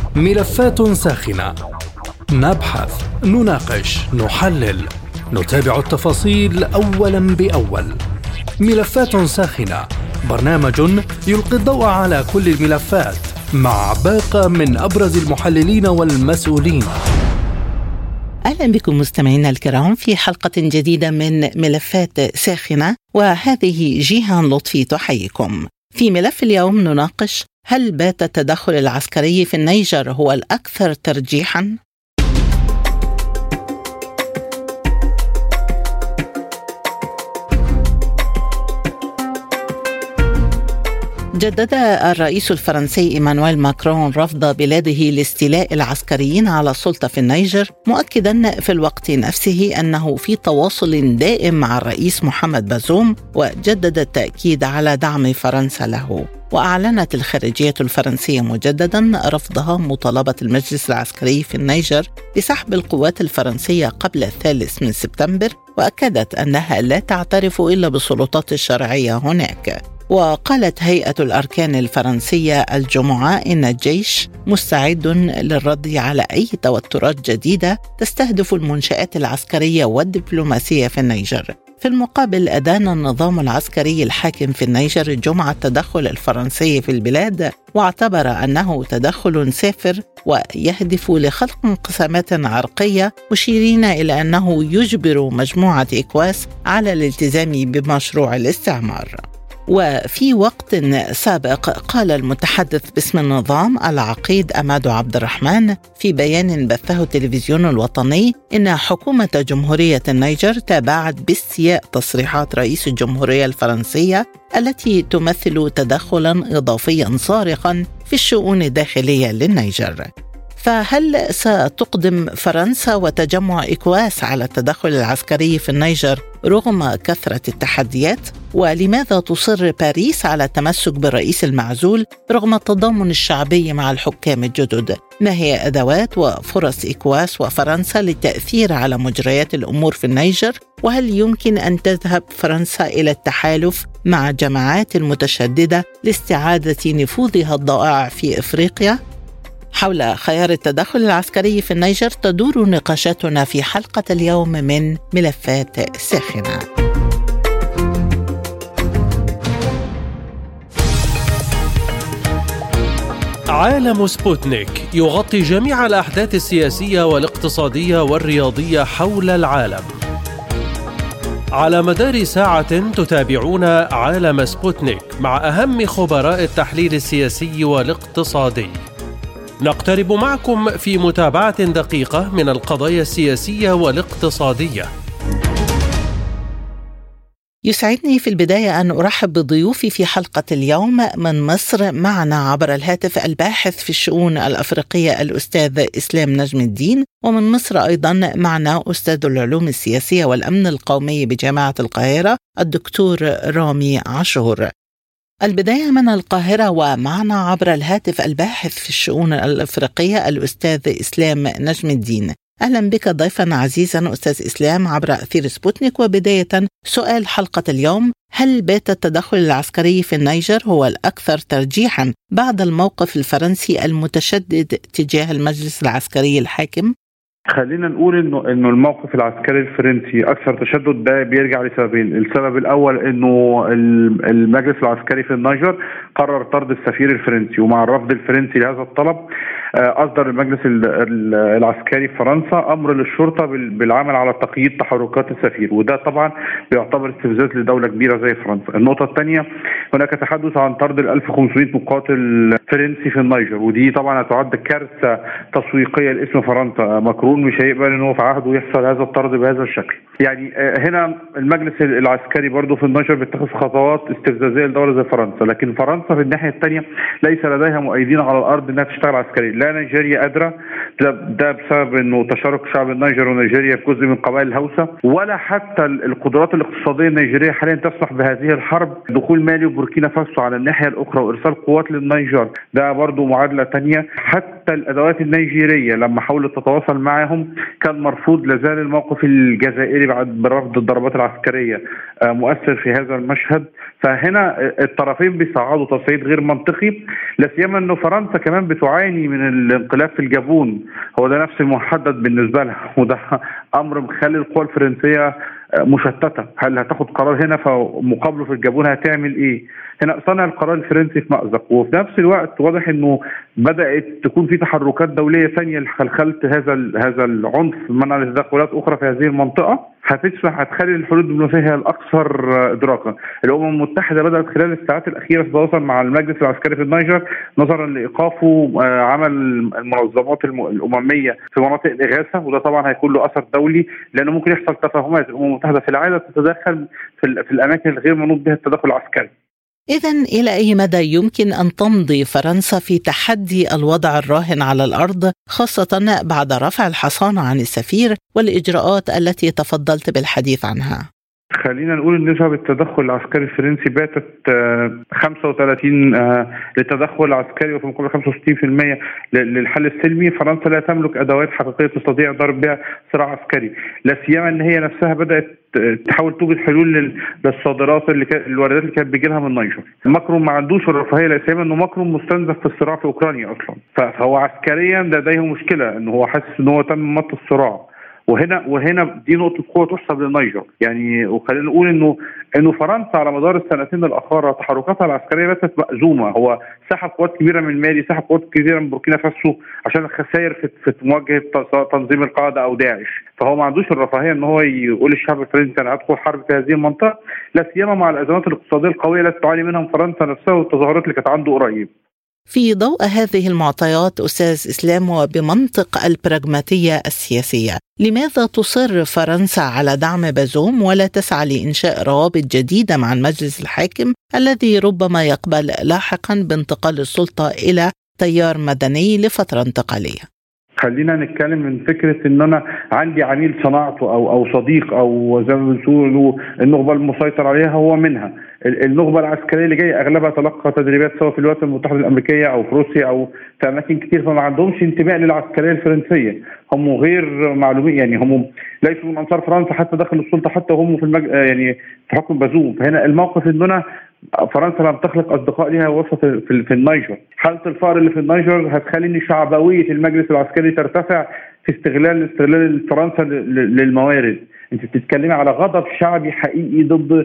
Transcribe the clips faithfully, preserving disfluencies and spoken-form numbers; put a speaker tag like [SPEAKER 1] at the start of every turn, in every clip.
[SPEAKER 1] ملفات ساخنة، نبحث، نناقش، نحلل، نتابع التفاصيل أولا بأول. ملفات ساخنة، برنامج يلقي الضوء على كل الملفات مع باقة من أبرز المحللين والمسؤولين.
[SPEAKER 2] أهلا بكم مستمعينا الكرام في حلقة جديدة من ملفات ساخنة، وهذه جيهان لطفي تحييكم. في ملف اليوم نناقش: هل بات التدخل العسكري في النيجر هو الأكثر ترجيحاً؟ جدد الرئيس الفرنسي إيمانويل ماكرون رفض بلاده لاستيلاء العسكريين على السلطة في النيجر، مؤكدا في الوقت نفسه أنه في تواصل دائم مع الرئيس محمد بازوم، وجدد التأكيد على دعم فرنسا له. وأعلنت الخارجية الفرنسية مجددا رفضها مطالبة المجلس العسكري في النيجر بسحب القوات الفرنسية قبل الثالث من سبتمبر، وأكدت أنها لا تعترف إلا بالسلطات الشرعية هناك. وقالت هيئة الأركان الفرنسية الجمعة إن الجيش مستعد للرد على أي توترات جديدة تستهدف المنشآت العسكرية والدبلوماسية في النيجر. في المقابل، أدان النظام العسكري الحاكم في النيجر الجمعة التدخل الفرنسي في البلاد، واعتبر أنه تدخل سافر ويهدف لخلق انقسامات عرقية، مشيرين إلى أنه يجبر مجموعة إكواس على الالتزام بمشروع الاستعمار. وفي وقت سابق قال المتحدث باسم النظام العقيد أمادو عبد الرحمن في بيان بثه التلفزيون الوطني إن حكومة جمهورية النيجر تابعت باستياء تصريحات رئيس الجمهورية الفرنسية التي تمثل تدخلا إضافيا صارخا في الشؤون الداخلية للنيجر. فهل ستقدم فرنسا وتجمع إكواس على التدخل العسكري في النيجر رغم كثرة التحديات؟ ولماذا تصر باريس على التمسك بالرئيس المعزول رغم التضامن الشعبي مع الحكام الجدد؟ ما هي أدوات وفرص إكواس وفرنسا للتأثير على مجريات الأمور في النيجر؟ وهل يمكن أن تذهب فرنسا إلى التحالف مع جماعات المتشددة لاستعادة نفوذها الضائع في إفريقيا؟ حول خيار التدخل العسكري في النيجر تدور نقاشاتنا في حلقة اليوم من ملفات ساخنة.
[SPEAKER 3] عالم سبوتنيك يغطي جميع الأحداث السياسية والاقتصادية والرياضية حول العالم. على مدار ساعة تتابعون عالم سبوتنيك مع أهم خبراء التحليل السياسي والاقتصادي. نقترب معكم في متابعة دقيقة من القضايا السياسية والاقتصادية.
[SPEAKER 2] يسعدني في البداية أن أرحب بضيوفي في حلقة اليوم. من مصر معنا عبر الهاتف الباحث في الشؤون الأفريقية الأستاذ إسلام نجم الدين، ومن مصر أيضا معنا أستاذ العلوم السياسية والأمن القومي بجامعة القاهرة الدكتور رامي عاشور. البداية من القاهرة، ومعنا عبر الهاتف الباحث في الشؤون الأفريقية الأستاذ إسلام نجم الدين. أهلا بك ضيفا عزيزا أستاذ إسلام عبر أثير سبوتنيك. وبداية سؤال حلقة اليوم: هل بات التدخل العسكري في النيجر هو الأكثر ترجيحا بعد الموقف الفرنسي المتشدد تجاه المجلس العسكري الحاكم؟
[SPEAKER 4] خلينا نقول انه انه الموقف العسكري الفرنسي اكثر تشدد، ده بيرجع لسببين. السبب الاول انه المجلس العسكري في النيجر قرر طرد السفير الفرنسي، ومع الرفض الفرنسي لهذا الطلب اصدر المجلس العسكري في فرنسا امر للشرطه بالعمل على تقييد تحركات السفير، وده طبعا بيعتبر استفزاز لدوله كبيره زي فرنسا. النقطه الثانيه، هناك تحدث عن طرد ال ألف وخمسمائة مقاتل فرنسي في النيجر، ودي طبعا هتعد كارثه تسويقيه لاسم فرنسا. ماكرون مش هيقبل انه في عهده يحصل هذا الطرد بهذا الشكل. يعني هنا المجلس العسكري برضه في النيجر بيتخذ خطوات استفزازيه لدوله زي فرنسا، لكن فرنسا في الناحيه الثانيه ليس لديها مؤيدين على الارض انها تشتغل عسكري. لا نيجيريا قادره، ده, ده بسبب انه تشارك شعب النيجر ونيجيريا في جزء من قبائل الهوسه، ولا حتى القدرات الاقتصاديه النيجيريه حاليا تسمح بهذه الحرب. دخول مالي وبوركينا فاسو على الناحيه الاخرى وارسال قوات للنيجر ده برضه معادله ثانيه. حتى حتى الادوات النيجيريه لما حاولت تتواصل معهم كان مرفوض. لازال الموقف الجزائري بعد برفض الضربات العسكريه مؤثر في هذا المشهد. فهنا الطرفين بيصعدوا تصعيد غير منطقي، لا سيما انه فرنسا كمان بتعاني من الانقلاب في الجابون، هو ده نفس المحدد بالنسبه لها، وده امر مخلي القوى الفرنسيه مشتته. هل هتاخد قرار هنا فمقابله في الجابون هتعمل ايه؟ هنا صنع القرار الفرنسي في مأزق، وفي نفس الوقت واضح انه بدات تكون في تحركات دوليه ثانيه لخلخله هذا هذا العنف منع لتدخلات اخرى في هذه المنطقه هتدفع هتخلي الحلول الدبلوماسيه الاكثر ادراكا. الامم المتحده بدات خلال الساعات الاخيره تتواصل مع المجلس العسكري في النيجر نظرا لايقافه عمل المنظمات الامميه في مناطق الاغاثه، وده طبعا هيكون له اثر دولي لانه ممكن يحصل تفاهمات. الامم المتحده في العاده تتدخل في, في الاماكن الغير منوط بها التدخل العسكري.
[SPEAKER 2] إذن إلى أي مدى يمكن أن تمضي فرنسا في تحدي الوضع الراهن على الأرض، خاصة بعد رفع الحصانة عن السفير والإجراءات التي تفضلت بالحديث عنها؟
[SPEAKER 4] خلينا نقول ان نسب التدخل العسكري الفرنسي باتت خمسة وثلاثين للتدخل العسكري وفي مقابل خمسة وستين بالمئة للحل السلمي. فرنسا لا تملك ادوات حقيقيه تستطيع ضرب بها صراع عسكري، لا سيما ان هي نفسها بدات تحاول توجد حلول للصادرات اللي الواردات اللي كانت بتجي لها من النيجر. ماكرون ما عندوش الرفاهيه، لا سيما انه ماكرون مستنزف في الصراع في اوكرانيا اصلا، فهو عسكريا لديه مشكله انه هو حاسس ان هو تم مط الصراع. وهنا وهنا دي نقطه قوه تحسب للنيجر يعني. وخلينا نقول انه انه فرنسا على مدار السنتين الاخيره تحركاتها العسكريه باتت مأزومه. هو سحب قوات كبيره من مالي، سحب قوات كبيره من بوركينا فاسو عشان الخسائر في في مواجهه تنظيم القاعده او داعش. فهو ما عندوش الرفاهيه ان هو يقول للشعب الفرنسي انا هدخل حرب في هذه المنطقه، لا سيما مع الازمات الاقتصاديه القويه التي تعاني منها فرنسا نفسها والتظاهرات اللي كانت عنده قريب.
[SPEAKER 2] في ضوء هذه المعطيات أستاذ إسلام وبمنطق البراغماتية السياسية، لماذا تصر فرنسا على دعم بازوم ولا تسعى لإنشاء روابط جديدة مع المجلس الحاكم الذي ربما يقبل لاحقا بانتقال السلطة إلى تيار مدني لفترة انتقالية؟
[SPEAKER 4] خلينا نتكلم من فكره ان انا عندي عميل صناعته او او صديق او زي ما بنقولوا النخبه المسيطر عليها هو منها. النخبه العسكريه اللي جايه اغلبها تلقى تدريبات سواء في الولايات المتحده الامريكيه او في روسيا او في اماكن كتير، فما عندهمش انتماء للعسكريه الفرنسيه، هم غير معلومين يعني، هم ليسوا من انصار فرنسا حتى داخل السلطه حتى هم في المج... يعني في حكم بازوم. فهنا الموقف اننا فرنسا لم تخلق اصدقاء لها وسط في, في النيجر. حاله الفقر اللي في النيجر هتخلي ان شعبويه المجلس العسكري ترتفع في استغلال استغلال فرنسا للموارد. انت بتتكلمي على غضب شعبي حقيقي ضد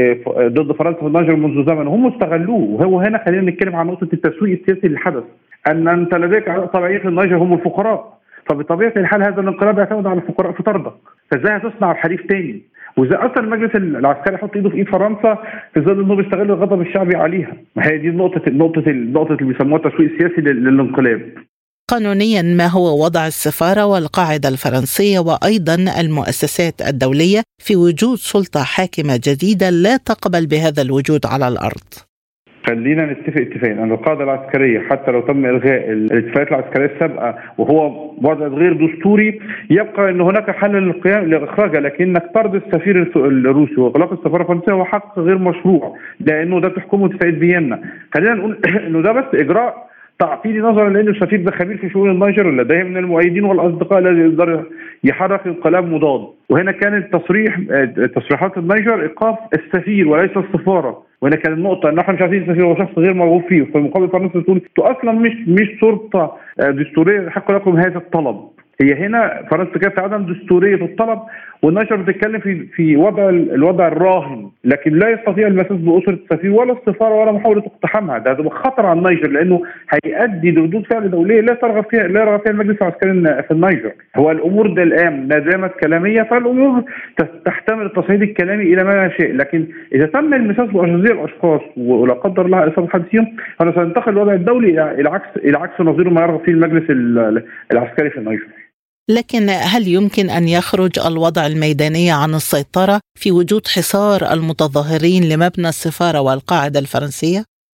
[SPEAKER 4] ضد فرنسا في النيجر منذ زمن، هم استغلوه. وهو هنا خلينا نتكلم عن نقطه التسويق السياسي اللي حدث، ان انت لديك طبيعيه في النيجر هم الفقراء، فبطبيعه الحال هذا الانقلاب يعتمد على الفقراء في طردك، فازاي هتصنع الحليف تاني؟ واذا اصلا المجلس العسكري يحط ايده في ايد فرنسا في ظل انه بيستغل الغضب الشعبي عليها. ما هي دي النقطه النقطه النقطه اللي بيسموها التسويق السياسي للانقلاب.
[SPEAKER 2] قانونيا ما هو وضع السفاره والقاعده الفرنسيه وايضا المؤسسات الدوليه في وجود سلطه حاكمه جديده لا تقبل بهذا الوجود على الارض؟
[SPEAKER 4] خلينا نتفق اتفاقين ان القاعده العسكريه حتى لو تم الغاء الاتفاقات العسكريه السابقه وهو وضع غير دستوري يبقى ان هناك حل للقيام لاخراجها، لكنك طرد السفير الروسي واغلاق السفاره الفرنسيه هو حق غير مشروع لانه ده تحكمه اتفاقيه فيينا. خلينا نقول انه ده بس اجراء تعطيلي نظرا لان السفير ده خبير في شؤون النيجر لديه من المؤيدين والاصدقاء الذي يقدر يحرك انقلاب مضاد. وهنا كان التصريح تصريحات النيجر ايقاف السفير وليس السفاره، وهنا كان النقطه ان احنا مش عايزين السفير هو شخص غير مرغوب فيه، في المقابل فرنسا تقول انتوا اصلا مش مش سلطه دستوريه يحق لكم هذا الطلب. هي هنا فرنسا كانت في عدم دستوريه الطلب، والنشر بتتكلم في في وضع الوضع الراهن، لكن لا يستطيع المساس باسره السفير ولا السفاره ولا محاوله اقتحامها. ده هيبقى خطر على النيجر لانه هيؤدي لردود فعل دوليه لا ترغب فيها لا يرغب فيها المجلس العسكري في النيجر. هو الامور ده الان ما دامت كلاميه فالامور تحتمل التصعيد الكلامي الى ما يشاء، لكن اذا تم المساس باشخاص الاشخاص ولا قدر الله اصابه حد فيهم فسينتقل الوضع الدولي الى عكس الى عكس نظيره ما يرغب فيه المجلس العسكري في النيجر.
[SPEAKER 2] لكن هل يمكن أن يخرج الوضع الميداني عن السيطرة في وجود حصار المتظاهرين لمبنى السفارة والقاعدة الفرنسية؟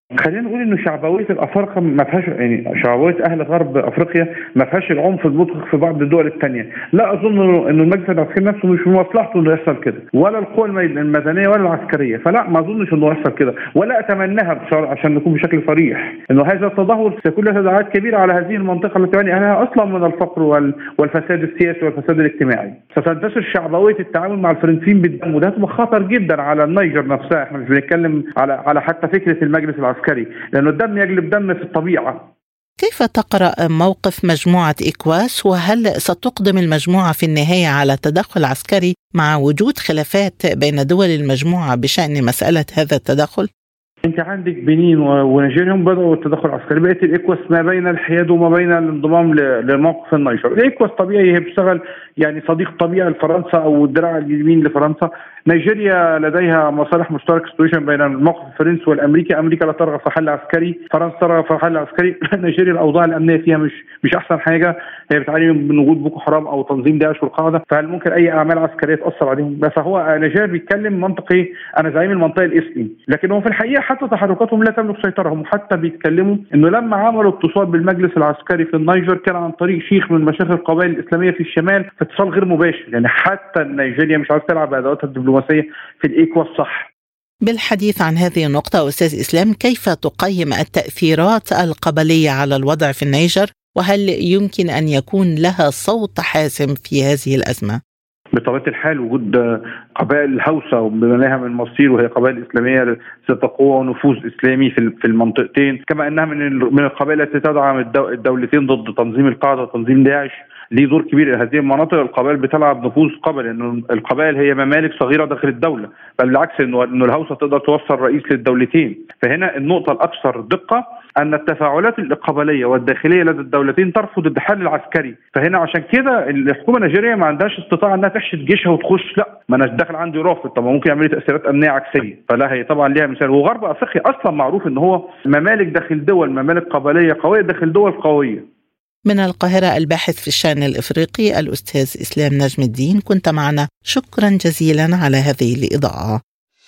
[SPEAKER 4] خلينا نقول انه شعبويه الافارقه ما فيهاش، يعني شعبويه اهل غرب افريقيا ما فيهاش العنف المطلق في بعض الدول الثانيه. لا اظن انه المجلس العسكري نفسه مش في مصلحته انه يحصل كده، ولا القوى المدنيه ولا العسكريه، فلا ما اظنش انه يحصل كده، ولا اتمناها عشان نكون بشكل صريح انه هذا التدهور سيكون له تداعيات كبيره على هذه المنطقه التي يعني اهلها اصلا من الفقر والفساد السياسي والفساد الاجتماعي. ستنتشر شعبويه التعامل مع الفرنسيين بالدم، وده هتبقى خطر جدا على النيجر نفسها. احنا مش بنتكلم على على حتى فكره المجلس العسكري، لانه الدم يجلب دم في الطبيعه.
[SPEAKER 2] كيف تقرأ موقف مجموعة إيكواس، وهل ستقدم المجموعة في النهاية على تدخل عسكري مع وجود خلافات بين دول المجموعة بشأن مسألة هذا التدخل؟
[SPEAKER 4] انت عندك بنين ونيجيريا بدأوا التدخل العسكري، بقت الايكواس ما بين الحياد وما بين الانضمام لموقف النيجر. الايكواس طبيعي هي بتشتغل يعني صديق طبيعي لفرنسا او الدراع اليمين لفرنسا. نيجيريا لديها مصالح مشتركه ستوريشن بين الموقف الفرنسي والامريكي، امريكا لا ترغب في حل عسكري، فرنسا ترغب في حل عسكري. نيجيريا الاوضاع الامنيه فيها مش مش احسن حاجه، هي بتعاني من وجود بوكو حرام او تنظيم داعش والقاعده، فهل ممكن اي اعمال عسكريه تاثر عليهم؟ بس هو نيجيريا بيتكلم منطقي، انا زعيم المنطقه الاسمي، لكن هو في الحقيقه حتى تحركاتهم لا تملك سيطره. هم حتى بيتكلموا انه لما عملوا اتصال بالمجلس العسكري في النيجر كان عن طريق شيخ من مشايخ القبائل الاسلاميه في الشمال، في اتصال غير مباشر. يعني حتى نيجيريا مش عايز تلعب بادواتها الدبلوماسيه في الايكواس صح.
[SPEAKER 2] بالحديث عن هذه النقطة أستاذ إسلام، كيف تقيم التأثيرات القبلية على الوضع في النيجر، وهل يمكن أن يكون لها صوت حاسم في هذه الأزمة؟
[SPEAKER 4] بطبيعة الحال وجود قبائل الهوسة بما لها من مصير، وهي قبائل إسلامية ذات قوة ونفوذ إسلامي في المنطقتين، كما أنها من من القبائل التي تدعم الدولتين ضد تنظيم القاعدة وتنظيم داعش، ليه دور كبير. هذه المناطق القبائل بتلعب نفوذ قبل، انه القبائل هي ممالك صغيره داخل الدوله، بل بالعكس انه انه الهوسه تقدر توصل رئيس للدولتين. فهنا النقطه الاكثر دقه ان التفاعلات القبليه والداخليه لدى الدولتين ترفض الحل العسكري. فهنا عشان كده الحكومه النيجيريه ما عندهاش استطاعه انها تحشد جيشها وتخش، لا ما انا داخل عندي رافض، طب ممكن يعمل تاثيرات امنيه عكسيه. فلا هي طبعا ليها مثال، وغرب افريقيا اصلا معروف ان هو ممالك داخل دول، ممالك قبليه قويه داخل دول قويه.
[SPEAKER 2] من القاهرة الباحث في الشأن الإفريقي الأستاذ إسلام نجم الدين، كنت معنا، شكرا جزيلا على هذه الإضاءة.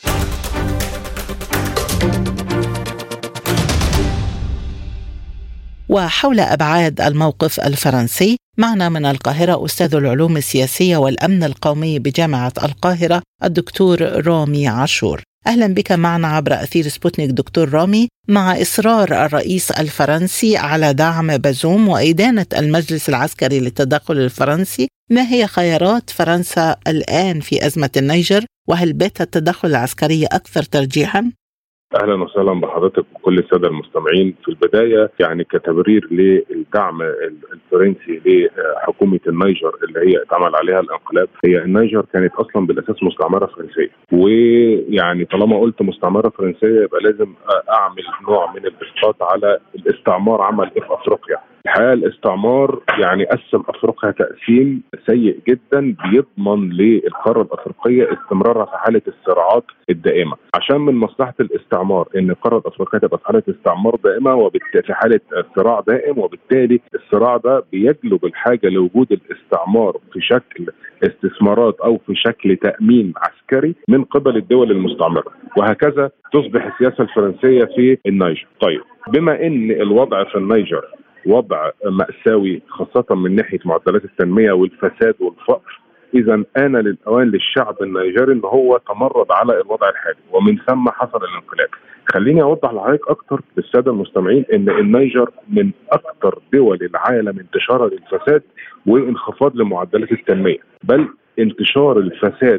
[SPEAKER 2] وحول أبعاد الموقف الفرنسي معنا من القاهرة أستاذ العلوم السياسية والأمن القومي بجامعة القاهرة الدكتور رامي عاشور. أهلا بك معنا عبر أثير سبوتنيك دكتور رامي. مع إصرار الرئيس الفرنسي على دعم بازوم وإدانة المجلس العسكري للتدخل الفرنسي، ما هي خيارات فرنسا الآن في أزمة النيجر؟ وهل بات التدخل العسكري أكثر ترجيحا؟
[SPEAKER 5] اهلا وسهلا بحضرتك وكل الساده المستمعين. في البدايه يعني كتبرير للدعم الفرنسي لحكومه النيجر اللي هي اتعمل عليها الانقلاب، هي النيجر كانت اصلا بالاساس مستعمره فرنسيه، ويعني طالما قلت مستعمره فرنسيه يبقى لازم اعمل نوع من الاسقاط على الاستعمار عمل ايه في افريقيا. الحقيقه الاستعمار يعني قسم افريقيا تقسيم سيء جدا بيضمن للقاره الافريقيه استمرارها في حاله الصراعات الدائمه، عشان من مصلحه الاستعمار ان القاره الافريقيه تبقى في حاله استعمار دائمه وبالتالي في حاله صراع دائم، وبالتالي الصراع ده بيجلب الحاجه لوجود الاستعمار في شكل استثمارات او في شكل تامين عسكري من قبل الدول المستعمره، وهكذا تصبح السياسه الفرنسيه في النيجر. طيب بما ان الوضع في النيجر وضع مأساوي خاصة من ناحية معدلات التنمية والفساد والفقر، إذا آن للأوان للشعب النيجري إن هو تمرد على الوضع الحالي، ومن ثم حصل الانقلاب. خليني أوضح لحضرتك أكتر للسادة المستمعين إن النيجر من أكثر دول العالم انتشارا للفساد وانخفاض لمعدلات التنمية، بل انتشار الفساد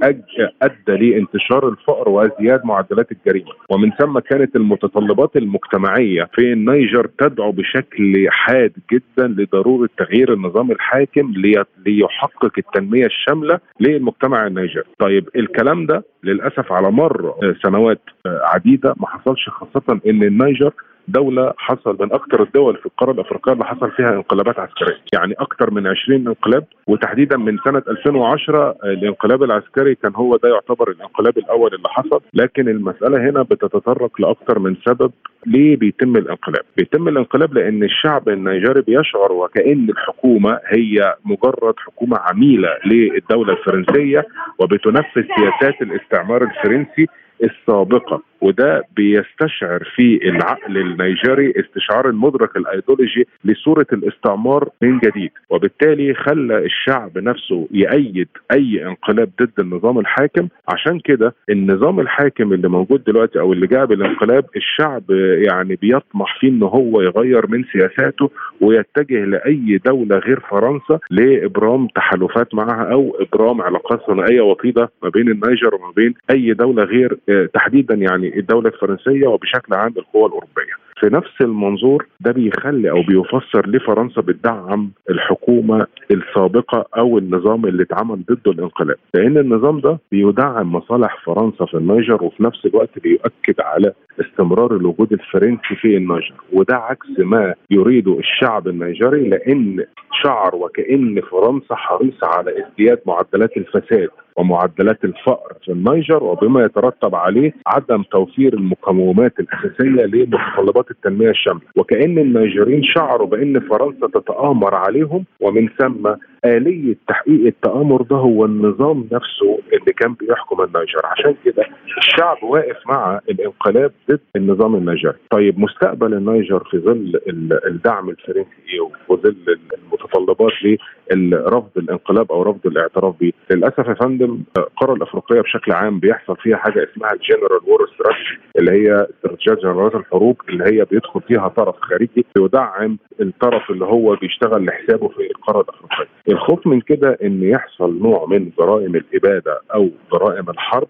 [SPEAKER 5] أدى لانتشار الفقر وازدياد معدلات الجريمة، ومن ثم كانت المتطلبات المجتمعية في النيجر تدعو بشكل حاد جدا لضرورة تغيير النظام الحاكم ليحقق التنمية الشاملة للمجتمع النيجري. طيب الكلام ده للأسف على مر سنوات عديدة ما حصلش، خاصة ان النيجر دولة حصل من أكثر الدول في القارة الأفريقية اللي حصل فيها انقلابات عسكرية، يعني أكثر من عشرين انقلاب، وتحديدا من سنة ألفين وعشرة الانقلاب العسكري كان هو ده يعتبر الانقلاب الأول اللي حصل. لكن المسألة هنا بتتطرق لأكثر من سبب. ليه بيتم الانقلاب؟ بيتم الانقلاب لأن الشعب النيجري بيشعر وكأن الحكومة هي مجرد حكومة عميلة للدولة الفرنسية وبتنفذ سياسات الاستعمار الفرنسي السابقة، وده بيستشعر في العقل النيجيري استشعار المدرك الايديولوجي لصورة الاستعمار من جديد، وبالتالي خلى الشعب نفسه يأيد اي انقلاب ضد النظام الحاكم. عشان كده النظام الحاكم اللي موجود دلوقتي او اللي جاء بالانقلاب، الشعب يعني بيطمح فيه ان هو يغير من سياساته ويتجه لاي دولة غير فرنسا لابرام تحالفات معها او ابرام علاقات ثنائية وطيدة ما بين النيجر وما بين اي دولة غير تحديدا يعني الدولة الفرنسية وبشكل عام القوى الاوروبية. في نفس المنظور ده بيخلي او بيفسر لفرنسا بتدعم الحكومة السابقة او النظام اللي اتعمل ضده الانقلاب، لان النظام ده بيدعم مصالح فرنسا في النيجر وفي نفس الوقت بيؤكد على استمرار الوجود الفرنسي في النيجر، وده عكس ما يريده الشعب النيجري، لان شعر وكأن فرنسا حريصة على ازدياد معدلات الفساد ومعدلات الفقر في النيجر، وبما يترتب عليه عدم توفير المقومات الأساسية لمتطلبات التنمية الشاملة، وكأن النيجريين شعروا بأن فرنسا تتآمر عليهم، ومن ثم آلية تحقيق التآمر ده هو النظام نفسه اللي كان بيحكم النيجر. عشان كده الشعب واقف مع الانقلاب ضد النظام النيجري. طيب مستقبل النيجر في ظل الدعم الفرنسي وفي ظل المتطلبات لرفض الانقلاب او رفض الاعتراف به؟ للاسف يا فندم القاره الافريقيه بشكل عام بيحصل فيها حاجه اسمها الجنرال وور استراتيجي، اللي هي استراتيجيات جنرالات الحروب، اللي هي بيدخل فيها طرف خارجي يدعم الطرف اللي هو بيشتغل لحسابه في القاره الافريقيه. الخوف من كده ان يحصل نوع من جرائم الاباده او جرائم الحرب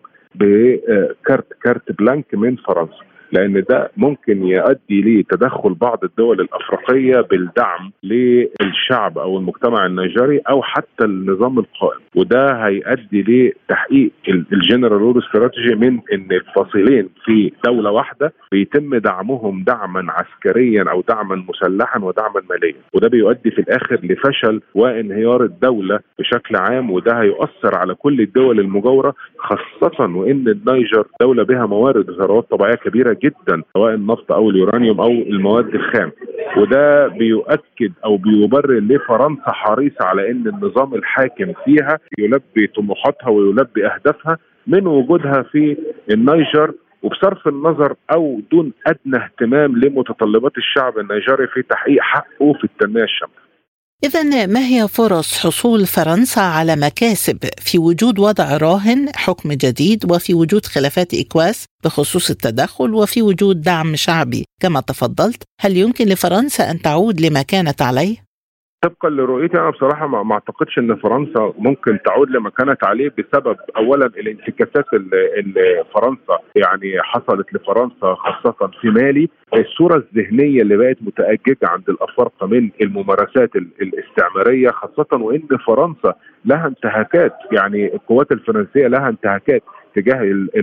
[SPEAKER 5] بكارت كارت بلانك من فرنسا، لأن ده ممكن يؤدي لتدخل بعض الدول الأفريقية بالدعم للشعب أو المجتمع النيجري أو حتى النظام القائم، وده هيؤدي لتحقيق الجنرال وور استراتيجي من أن الفصيلين في دولة واحدة بيتم دعمهم دعما عسكريا أو دعما مسلحا ودعما ماليا، وده بيؤدي في الآخر لفشل وانهيار الدولة بشكل عام، وده هيؤثر على كل الدول المجاورة، خاصة وأن النيجر دولة بها موارد وثروات طبيعية كبيرة جدا سواء النفط او اليورانيوم او المواد الخام، وده بيؤكد او بيبرر لفرنسا حريصة على ان النظام الحاكم فيها يلبي طموحاتها ويلبي اهدافها من وجودها في النيجر، وبصرف النظر او دون ادنى اهتمام لمتطلبات الشعب النيجري في تحقيق حقه في التنمية الشاملة.
[SPEAKER 2] إذن ما هي فرص حصول فرنسا على مكاسب في وجود وضع راهن حكم جديد وفي وجود خلافات إكواس بخصوص التدخل وفي وجود دعم شعبي كما تفضلت؟ هل يمكن لفرنسا أن تعود لما كانت عليه؟
[SPEAKER 5] طبقا لرؤيتي انا بصراحه ما اعتقدش ان فرنسا ممكن تعود لما كانت عليه، بسبب اولا الانتكاسات اللي, اللي فرنسا يعني حصلت لفرنسا خاصه في مالي، الصوره الذهنيه اللي بقت متأججه عند الافارقه من الممارسات الاستعماريه، خاصه وان فرنسا لها انتهاكات، يعني القوات الفرنسيه لها انتهاكات تجاه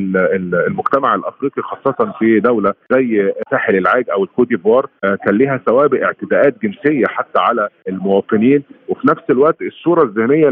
[SPEAKER 5] المجتمع الافريقي، خاصه في دوله زي ساحل العاج او الكوت ديفوار كان لها سوابق اعتداءات جنسيه حتى على المواطنين. وفي نفس الوقت الصوره الذهنيه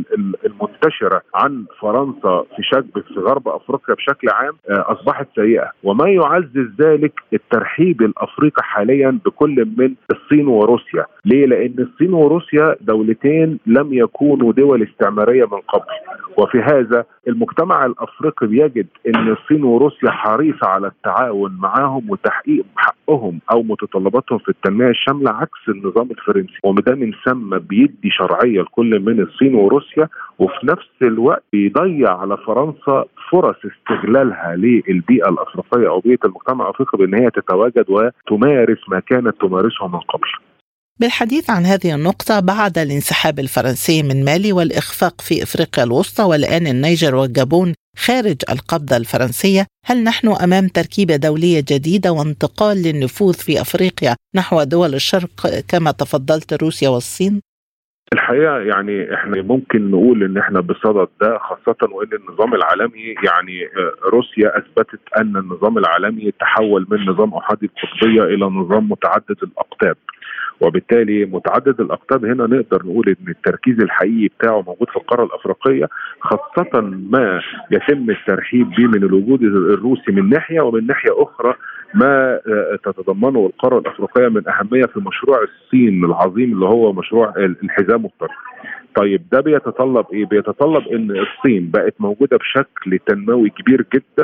[SPEAKER 5] المنتشره عن فرنسا في شرق في غرب افريقيا بشكل عام اصبحت سيئه، وما يعزز ذلك الترحيب الافريقي حاليا بكل من الصين وروسيا. ليه؟ لان الصين وروسيا دولتين لم يكونوا دول استعماريه من قبل، وفي هذا المجتمع الافريقي بيجد ان الصين وروسيا حريصه على التعاون معهم وتحقيق حقهم او متطلباتهم في التنميه الشامله عكس النظام الفرنسي، وده من ثم بيدي شرعيه لكل من الصين وروسيا، وفي نفس الوقت بيضيع على فرنسا فرص استغلالها للبيئه الافريقيه او بيئه المجتمع الافريقي بان هي تتواجد وتمارس ما كانت تمارسه من قبل.
[SPEAKER 2] بالحديث عن هذه النقطة، بعد الانسحاب الفرنسي من مالي والإخفاق في إفريقيا الوسطى والآن النيجر والجابون خارج القبضة الفرنسية، هل نحن أمام تركيبة دولية جديدة وانتقال للنفوذ في أفريقيا نحو دول الشرق كما تفضلت روسيا والصين؟
[SPEAKER 5] الحقيقة يعني احنا ممكن نقول ان احنا بصدد ده، خاصة وان النظام العالمي يعني روسيا اثبتت ان النظام العالمي تحول من نظام احادي القطبية الى نظام متعدد الاقطاب، وبالتالي متعدد الاقطاب هنا نقدر نقول ان التركيز الحقيقي بتاعه موجود في القاره الافريقيه، خاصه ما يتم الترحيب به من الوجود الروسي من ناحيه، ومن ناحيه اخرى ما تتضمنه القاره الافريقيه من اهميه في مشروع الصين العظيم اللي هو مشروع الحزام الطري. طيب ده بيتطلب ايه؟ بيتطلب ان الصين بقت موجوده بشكل تنموي كبير جدا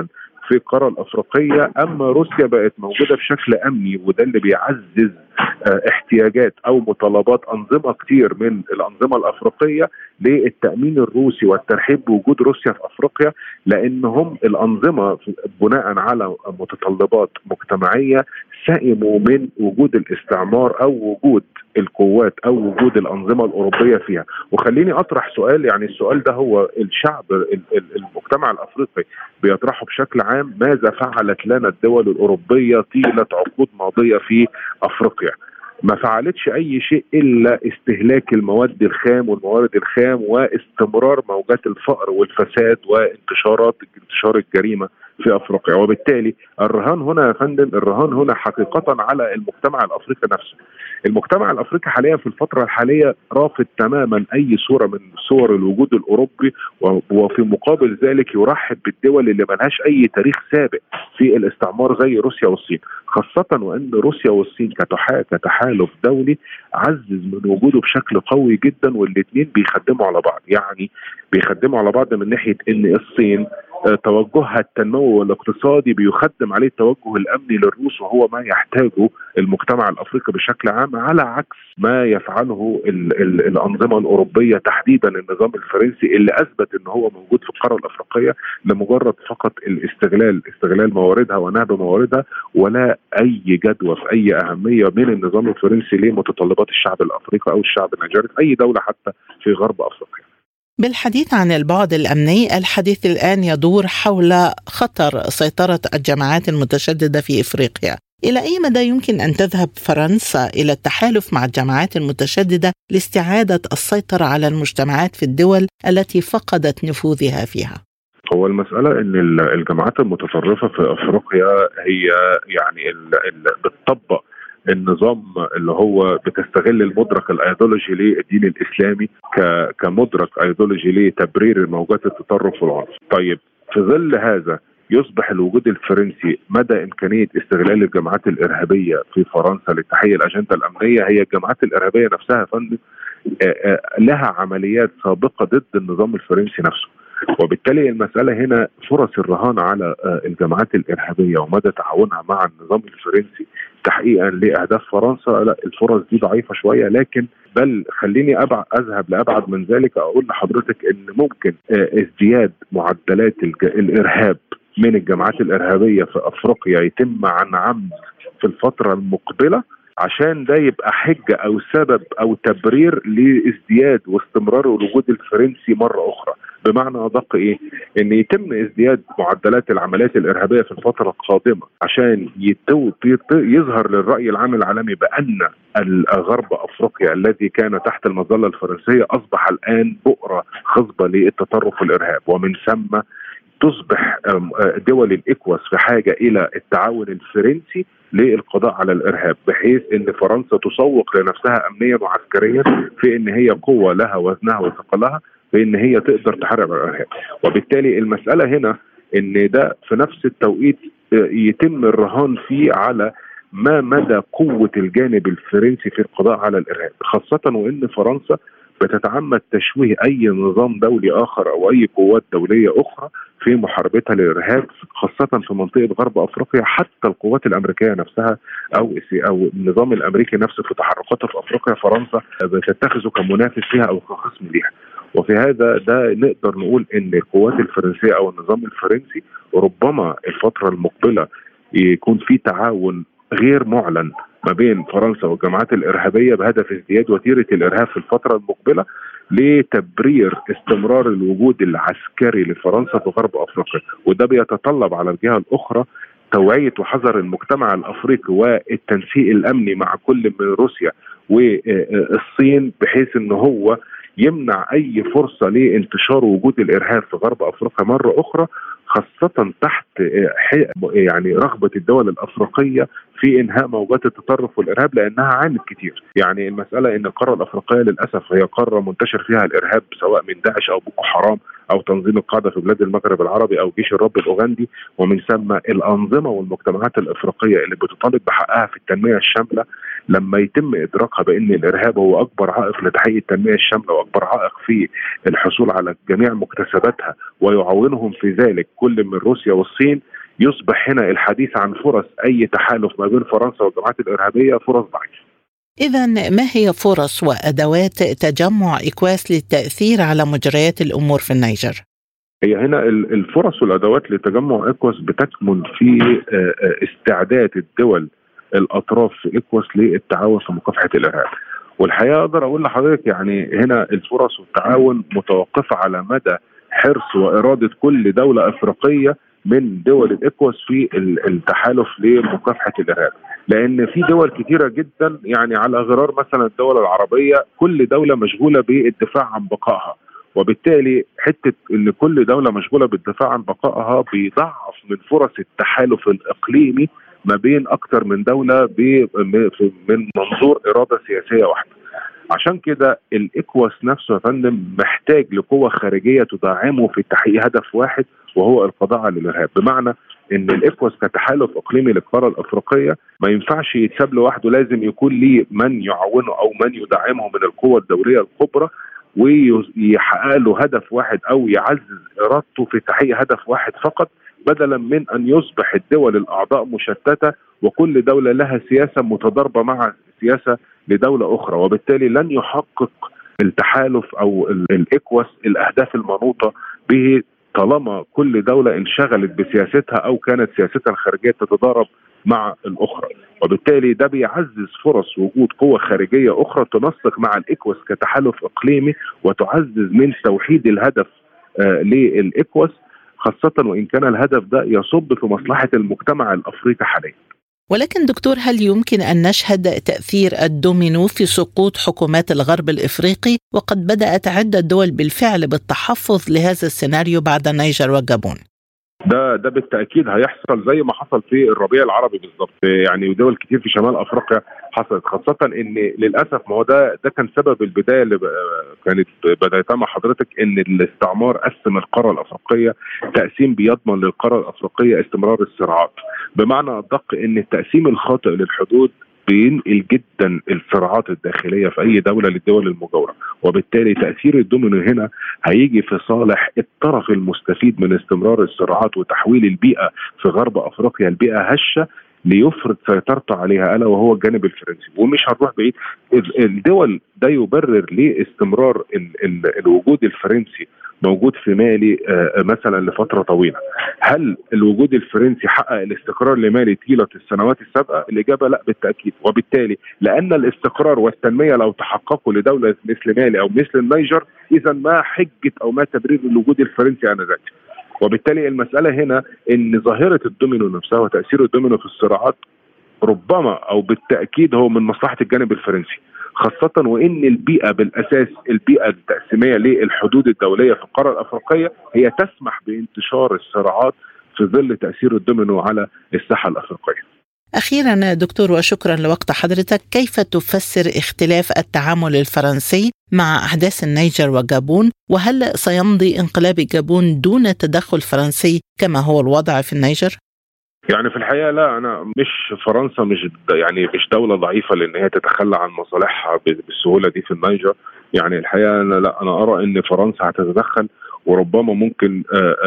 [SPEAKER 5] في القاره الافريقيه، اما روسيا بقت موجوده بشكل امني، وده اللي بيعزز احتياجات او مطالبات انظمه كتير من الانظمه الافريقيه للتامين الروسي والترحيب بوجود روسيا في افريقيا، لانهم الانظمه بناء على متطلبات مجتمعيه سئموا من وجود الاستعمار او وجود القوات او وجود الانظمه الاوروبيه فيها. وخليني اطرح سؤال، يعني السؤال ده هو الشعب المجتمع الافريقي بيطرحه بشكل عام: ماذا فعلت لنا الدول الاوروبيه طيله عقود ماضيه في افريقيا؟ ما فعلتش اي شيء الا استهلاك المواد الخام والموارد الخام واستمرار موجات الفقر والفساد وانتشارات انتشار الجريمه في افريقيا. وبالتالي الرهان هنا يا فندم، الرهان هنا حقيقه على المجتمع الافريقي نفسه. المجتمع الافريقي حاليا في الفتره الحاليه رافض تماما اي صوره من صور الوجود الاوروبي، وفي مقابل ذلك يرحب بالدول اللي ملهاش اي تاريخ سابق في الاستعمار زي روسيا والصين، خاصه وان روسيا والصين كتحالف دولي عزز من وجوده بشكل قوي جدا، والاثنين بيخدموا على بعض. يعني بيخدموا على بعض من ناحيه ان الصين توجهها التنموي والاقتصادي بيخدم عليه التوجه الامني للروس، وهو ما يحتاجه المجتمع الافريقي بشكل عام، على عكس ما يفعله ال ال الانظمه الاوروبيه، تحديدا النظام الفرنسي اللي اثبت ان هو موجود في القاره الافريقيه لمجرد فقط الاستغلال استغلال مواردها ونهب مواردها، ولا اي جدوى في اي اهميه من النظام الفرنسي لمتطلبات الشعب الافريقي او الشعب النيجيري في اي دوله حتى في غرب افريقيا.
[SPEAKER 2] بالحديث عن البعد الأمني، الحديث الآن يدور حول خطر سيطرة الجماعات المتشددة في إفريقيا. إلى أي مدى يمكن أن تذهب فرنسا إلى التحالف مع الجماعات المتشددة لاستعادة السيطرة على المجتمعات في الدول التي فقدت نفوذها فيها؟
[SPEAKER 5] هو المسألة أن الجماعات المتطرفة في أفريقيا هي يعني بتطبق النظام اللي هو بتستغل المدرك الايديولوجي للدين الاسلامي كمدرك ايديولوجي لتبرير موجات التطرف والعنف. طيب في ظل هذا يصبح الوجود الفرنسي مدى امكانيه استغلال الجماعات الارهابيه في فرنسا لتحقيق الاجنده الامنيه. هي الجماعات الارهابيه نفسها يا فندم لها عمليات سابقه ضد النظام الفرنسي نفسه، وبالتالي المسألة هنا فرص الرهان على الجماعات الإرهابية ومدى تعاونها مع النظام الفرنسي تحقيقا لأهداف فرنسا، لا الفرص دي ضعيفة شوية. لكن بل خليني أبعد أذهب لأبعد من ذلك، أقول لحضرتك إن ممكن ازدياد معدلات الإرهاب من الجماعات الإرهابية في أفريقيا يتم عن عمد في الفترة المقبلة، عشان ده يبقى حجة أو سبب أو تبرير لازدياد واستمرار الوجود الفرنسي مرة أخرى. بمعنى أدق إيه؟ إن يتم ازدياد معدلات العمليات الإرهابية في الفترة القادمة عشان يتو يظهر للرأي العام العالمي بأن غرب أفريقيا الذي كان تحت المظلة الفرنسية أصبح الآن بؤرة خصبة للتطرف والإرهاب، ومن ثم تصبح دول الإكواس في حاجة إلى التعاون الفرنسي للقضاء على الإرهاب، بحيث أن فرنسا تسوق لنفسها أمنيا وعسكريا في أن هي قوة لها وزنها وثقلها في أن هي تقدر تحارب الإرهاب. وبالتالي المسألة هنا أن ده في نفس التوقيت يتم الرهان فيه على ما مدى قوة الجانب الفرنسي في القضاء على الإرهاب، خاصة وأن فرنسا بتتعمد تشويه أي نظام دولي آخر أو أي قوات دولية أخرى في محاربتها للإرهاب، خاصة في منطقة غرب أفريقيا. حتى القوات الأمريكية نفسها أو أو النظام الأمريكي نفسه في تحركاته في أفريقيا، فرنسا بتتخذه كمنافس فيها أو كخصم ليها. وفي هذا ده نقدر نقول إن القوات الفرنسية أو النظام الفرنسي ربما الفترة المقبلة يكون في تعاون غير معلن ما بين فرنسا والجماعات الإرهابية بهدف ازدياد وتيرة الإرهاب في الفترة المقبلة لتبرير استمرار الوجود العسكري لفرنسا في غرب أفريقيا. وده بيتطلب على الجهة الأخرى توعية وحذر المجتمع الأفريقي والتنسيق الأمني مع كل من روسيا والصين، بحيث أنه هو يمنع أي فرصة لانتشار وجود الإرهاب في غرب أفريقيا مرة أخرى، خاصة تحت يعني رغبة الدول الأفريقية في إنهاء موجات التطرف والإرهاب، لأنها عانت كتير. يعني المسألة إن القارة الأفريقية للأسف هي قارة منتشر فيها الإرهاب، سواء من داعش أو بوكو حرام أو تنظيم القاعدة في بلاد المغرب العربي أو جيش الرب الأوغندي، ومن ثم الأنظمة والمجتمعات الأفريقية اللي بتطالب بحقها في التنمية الشاملة، لما يتم إدراكها بأن الإرهاب هو أكبر عائق لتحقيق التنمية الشاملة وأكبر عائق في الحصول على جميع مكتسباتها، ويعاونهم في ذلك كل من روسيا والصين، يصبح هنا الحديث عن فرص أي تحالف ما بين فرنسا والجماعات الإرهابية فرص ضعيفة.
[SPEAKER 2] إذن ما هي فرص وأدوات تجمع إكواس للتأثير على مجريات الأمور في النيجر؟
[SPEAKER 5] هي هنا الفرص والأدوات لتجمع إكواس بتكمن في استعداد الدول الأطراف في إكواس للتعاون في مكافحة الإرهاب. والحقيقة أقدر أقول لحضرتك يعني هنا الفرص والتعاون متوقفة على مدى حرص وإرادة كل دولة أفريقية من دول الإكواس في التحالف لمكافحة الإرهاب، لأن في دول كثيرة جدا يعني على غرار مثلا الدول العربية كل دولة مشغولة بالدفاع عن بقائها، وبالتالي حتة ان كل دولة مشغولة بالدفاع عن بقائها بيضعف من فرص التحالف الإقليمي ما بين أكثر من دولة من منظور إرادة سياسية واحدة. عشان كده الإكواس نفسه يا فندم محتاج لقوة خارجية تدعمه في تحقيق هدف واحد وهو القضاء على الإرهاب، بمعنى ان الإكواس كتحالف إقليمي للقارة الأفريقية ما ينفعش يتساب لوحده، لازم يكون ليه من يعاونه أو من يدعمه من القوة الدولية الكبرى ويحقق له هدف واحد أو يعزز إرادته في تحقيق هدف واحد فقط، بدلا من أن يصبح الدول الأعضاء مشتتة وكل دولة لها سياسة متضاربة مع سياسة لدولة أخرى، وبالتالي لن يحقق التحالف أو الإكواس الأهداف المنوطة به طالما كل دولة انشغلت بسياستها أو كانت سياستها الخارجية تتضارب مع الأخرى. وبالتالي ده بيعزز فرص وجود قوة خارجية أخرى تنسق مع الإكواس كتحالف إقليمي وتعزز من توحيد الهدف آه للإكواس، خاصة وإن كان الهدف ده يصب في مصلحة المجتمع الأفريقي حاليا.
[SPEAKER 2] ولكن دكتور، هل يمكن أن نشهد تأثير الدومينو في سقوط حكومات الغرب الإفريقي؟ وقد بدأت عدة دول بالفعل بالتحفظ لهذا السيناريو بعد النيجر والجابون.
[SPEAKER 5] ده ده بالتأكيد هيحصل زي ما حصل في الربيع العربي بالظبط، يعني ودول كتير في شمال أفريقيا حصلت، خاصة إن للأسف ما هو ده ده كان سبب البداية اللي كانت بدايتها مع حضرتك، إن الاستعمار قسم القارة الأفريقية تقسيم بيضمن للقارة الأفريقية استمرار الصراعات، بمعنى أدق إن التقسيم الخاطئ للحدود بينقل جدا الصراعات الداخلية في أي دولة للدول المجاورة، وبالتالي تأثير الدومينو هنا هيجي في صالح الطرف المستفيد من استمرار الصراعات وتحويل البيئة في غرب أفريقيا البيئة هشة ليفرض سيطرته عليها، ألا وهو الجانب الفرنسي. ومش هنروح بعيد، الدول ده يبرر لاستمرار ال ال الوجود الفرنسي موجود في مالي مثلا لفترة طويلة. هل الوجود الفرنسي حقق الاستقرار لمالي طيلة السنوات السابقة؟ الإجابة لا بالتأكيد. وبالتالي لأن الاستقرار والتنمية لو تحققوا لدولة مثل مالي أو مثل النيجر، إذا ما حجة أو ما تبرير الوجود الفرنسي آنذاك. وبالتالي المسألة هنا إن ظاهرة الدومينو نفسها وتأثير الدومينو في الصراعات ربما أو بالتأكيد هو من مصلحة الجانب الفرنسي، خاصة وإن البيئة بالأساس البيئة التقسيمية للحدود الدولية في القارة الأفريقية هي تسمح بانتشار الصراعات في ظل تأثير الدومينو على الساحة الأفريقية.
[SPEAKER 2] أخيرا دكتور وشكرا لوقت حضرتك، كيف تفسر اختلاف التعامل الفرنسي مع أحداث النيجر وجابون؟ وهل سيمضي انقلاب جابون دون تدخل فرنسي كما هو الوضع في النيجر؟
[SPEAKER 5] يعني في الحقيقة لا، أنا مش فرنسا مش يعني مش دولة ضعيفة لأن هي تتخلى عن مصالحها بالسهولة دي في النيجر. يعني الحقيقة أنا لا أنا أرى أن فرنسا هتتدخل، وربما ممكن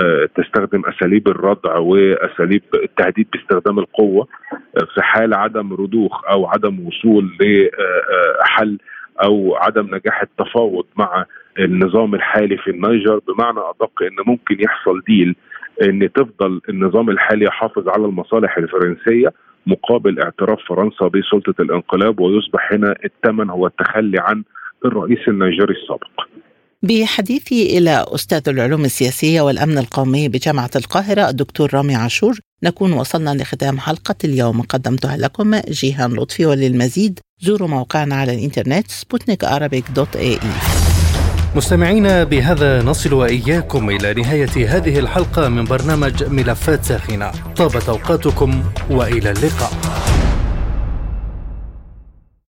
[SPEAKER 5] تستخدم أساليب الردع وأساليب التهديد باستخدام القوة في حال عدم رضوخ أو عدم وصول لحل أو عدم نجاح التفاوض مع النظام الحالي في النيجر. بمعنى أدق أن ممكن يحصل ديل ان تفضل النظام الحالي يحافظ على المصالح الفرنسية مقابل اعتراف فرنسا بسلطة الانقلاب، ويصبح هنا الثمن هو التخلي عن الرئيس النيجيري السابق.
[SPEAKER 2] بحديثي إلى أستاذ العلوم السياسية والأمن القومي بجامعة القاهرة الدكتور رامي عاشور، نكون وصلنا لختام حلقة اليوم قدمتها لكم جيهان لطفي، وللمزيد زوروا موقعنا على الإنترنت سبوتنيك أرابيك دوت إيه إي.
[SPEAKER 1] مستمعينا، بهذا نصل وإياكم إلى نهاية هذه الحلقة من برنامج ملفات ساخنة. طابت أوقاتكم وإلى اللقاء.